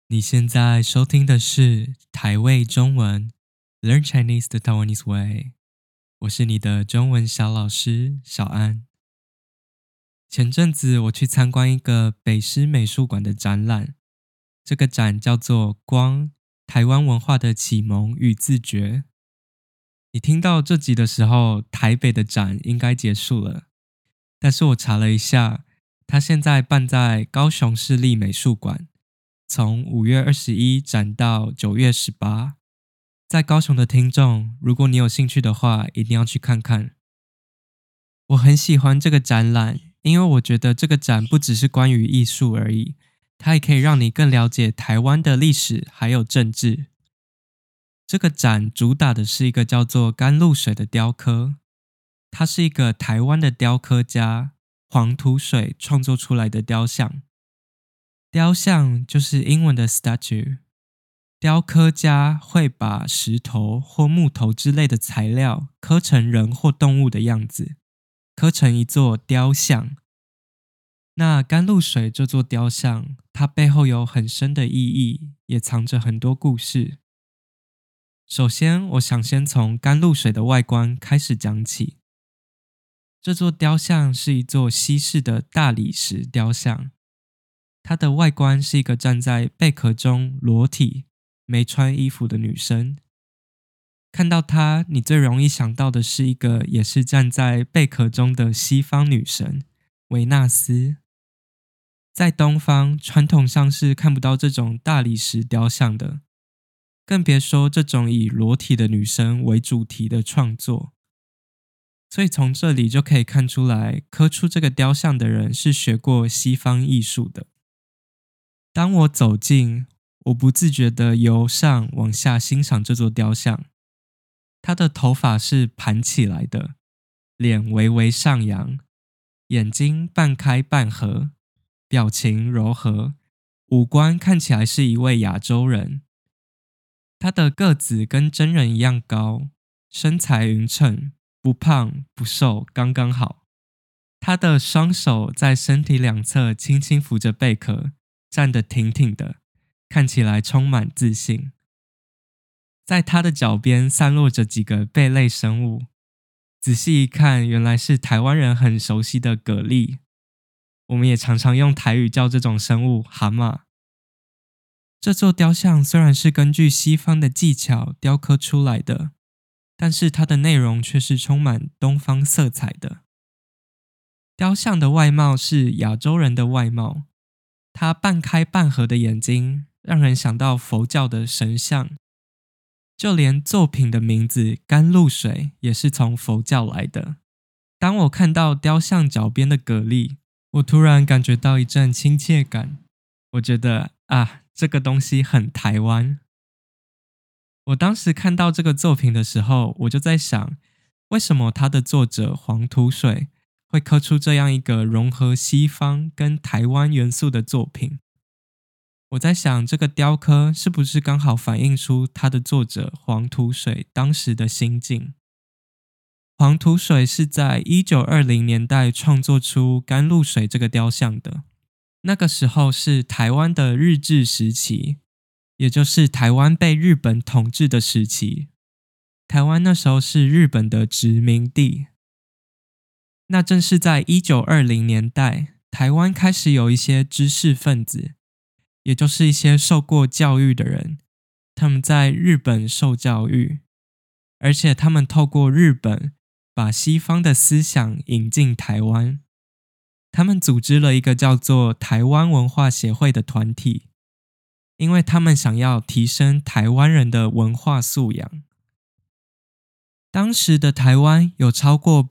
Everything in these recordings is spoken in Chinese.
你现在收听的是台味中文 Learn Chinese the Taiwanese Way，我是你的中文小老师小安。前阵子我去参观一个北师美术馆的展览，这个展叫做《光：台湾文化的启蒙与自觉》。你听到这集的时候，台北的展应该结束了，但是我查了一下，它现在办在高雄市立美术馆。从5月21展到9月18，在高雄的听众，如果你有兴趣的话，一定要去看看。我很喜欢这个展览，因为我觉得这个展不只是关于艺术而已，它也可以让你更了解台湾的历史还有政治。这个展主打的是一个叫做甘露水的雕刻，它是一个台湾的雕刻家黄土水创作出来的雕像。雕像就是英文的 statue， 雕刻家会把石头或木头之类的材料刻成人或动物的样子，刻成一座雕像。那甘露水这座雕像，它背后有很深的意义，也藏着很多故事。首先，我想先从甘露水的外观开始讲起。这座雕像是一座西式的大理石雕像。它的外观是一个站在贝壳中裸体、没穿衣服的女生。看到她，你最容易想到的是一个也是站在贝壳中的西方女神维纳斯。在东方，传统上是看不到这种大理石雕像的，更别说这种以裸体的女生为主题的创作。所以从这里就可以看出来，刻出这个雕像的人是学过西方艺术的。当我走近，我不自觉地由上往下欣赏这座雕像。他的头发是盘起来的，脸微微上扬，眼睛半开半合，表情柔和，五官看起来是一位亚洲人。他的个子跟真人一样高，身材匀称，不胖不瘦，刚刚好。他的双手在身体两侧轻轻扶着贝壳，站得挺挺的，看起来充满自信。在他的脚边散落着几个贝类生物，仔细一看，原来是台湾人很熟悉的蛤蜊。我们也常常用台语叫这种生物蛤蟆。这座雕像虽然是根据西方的技巧雕刻出来的，但是它的内容却是充满东方色彩的。雕像的外貌是亚洲人的外貌，它半开半合的眼睛让人想到佛教的神像，就连作品的名字甘露水也是从佛教来的。当我看到雕像脚边的蛤蜊，我突然感觉到一阵亲切感。我觉得这个东西很台湾。我当时看到这个作品的时候，我就在想，为什么它的作者黄土水会刻出这样一个融合西方跟台湾元素的作品。我在想，这个雕刻是不是刚好反映出它的作者黄土水当时的心境。黄土水是在1920年代创作出甘露水这个雕像的。那个时候是台湾的日治时期，也就是台湾被日本统治的时期。台湾那时候是日本的殖民地。那正是在1920年代，台湾开始有一些知识分子，也就是一些受过教育的人，他们在日本受教育，而且他们透过日本把西方的思想引进台湾。他们组织了一个叫做台湾文化协会的团体，因为他们想要提升台湾人的文化素养。当时的台湾有超过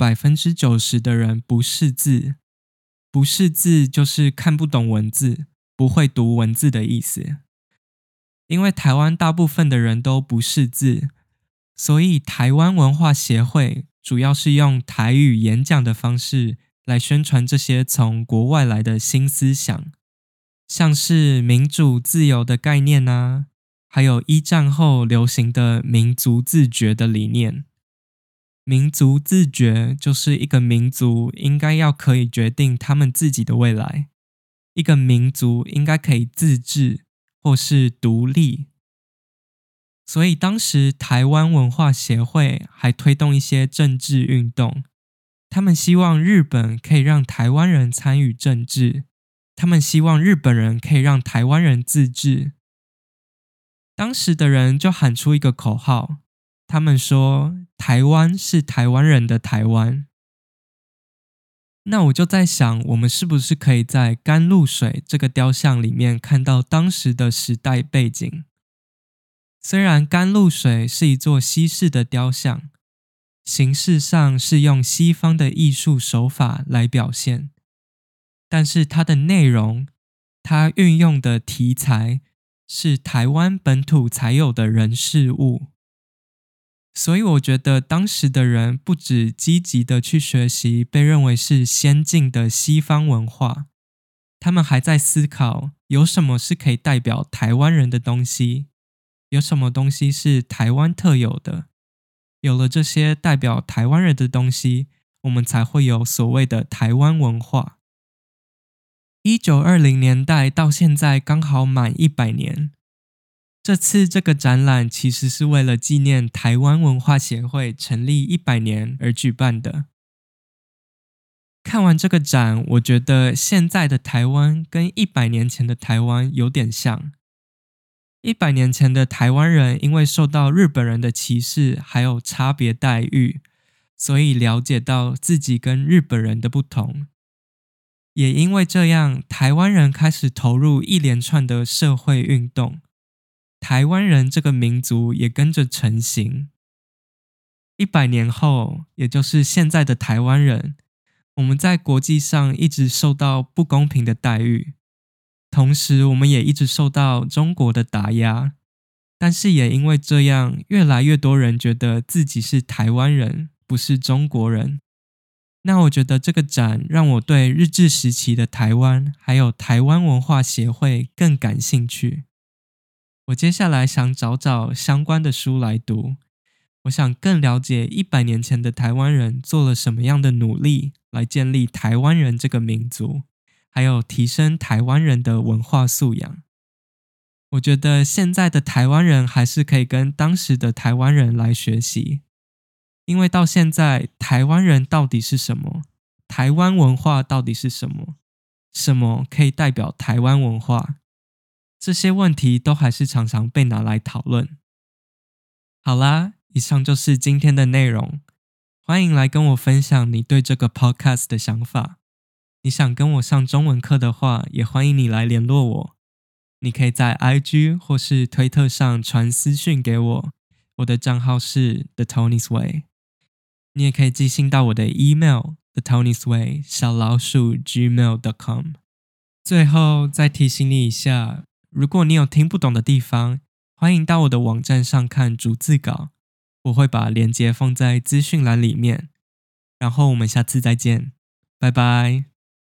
90%的人不识字，不识字就是看不懂文字，不会读文字的意思。因为台湾大部分的人都不识字，所以台湾文化协会主要是用台语演讲的方式来宣传这些从国外来的新思想，像是民主自由的概念还有一战后流行的民族自觉的理念。民族自觉就是一个民族应该要可以决定他们自己的未来，一个民族应该可以自治， 或是独立。所以当时台湾文化协会还推动一些政治运动，他们希望日本可以让台湾人参与政治，他们希望日本人可以让台湾人自治。当时的人就喊出一个口号，他们说台湾是台湾人的台湾。那我就在想，我们是不是可以在甘露水这个雕像里面看到当时的时代背景？虽然甘露水是一座西式的雕像，形式上是用西方的艺术手法来表现，但是它的内容，它运用的题材是台湾本土才有的人事物。所以我觉得当时的人不只积极的去学习被认为是先进的西方文化，他们还在思考有什么是可以代表台湾人的东西，有什么东西是台湾特有的。有了这些代表台湾人的东西，我们才会有所谓的台湾文化。1920年代到现在刚好满100年。这次这个展览其实是为了纪念台湾文化协会成立100年而举办的。看完这个展，我觉得现在的台湾跟100年前的台湾有点像。100年前的台湾人因为受到日本人的歧视还有差别待遇，所以了解到自己跟日本人的不同。也因为这样，台湾人开始投入一连串的社会运动，台湾人这个民族也跟着成型。100年后，也就是现在的台湾人，我们在国际上一直受到不公平的待遇，同时我们也一直受到中国的打压，但是也因为这样，越来越多人觉得自己是台湾人，不是中国人。那我觉得这个展让我对日治时期的台湾还有台湾文化协会更感兴趣。我接下来想找找相关的书来读，我想更了解100年前的台湾人做了什么样的努力来建立台湾人这个民族，还有提升台湾人的文化素养。我觉得现在的台湾人还是可以跟当时的台湾人来学习，因为到现在台湾人到底是什么？台湾文化到底是什么？什么可以代表台湾文化？这些问题都还是常常被拿来讨论。好啦，以上就是今天的内容。欢迎来跟我分享你对这个 podcast 的想法。你想跟我上中文课的话，也欢迎你来联络我。你可以在 IG 或是推特上传私讯给我，我的账号是 The Tony's Way。你也可以寄信到我的 email thetony'sway@gmail.com。最后再提醒你一下，如果你有听不懂的地方，欢迎到我的网站上看逐字稿，我会把连结放在资讯栏里面。然后我们下次再见，拜拜。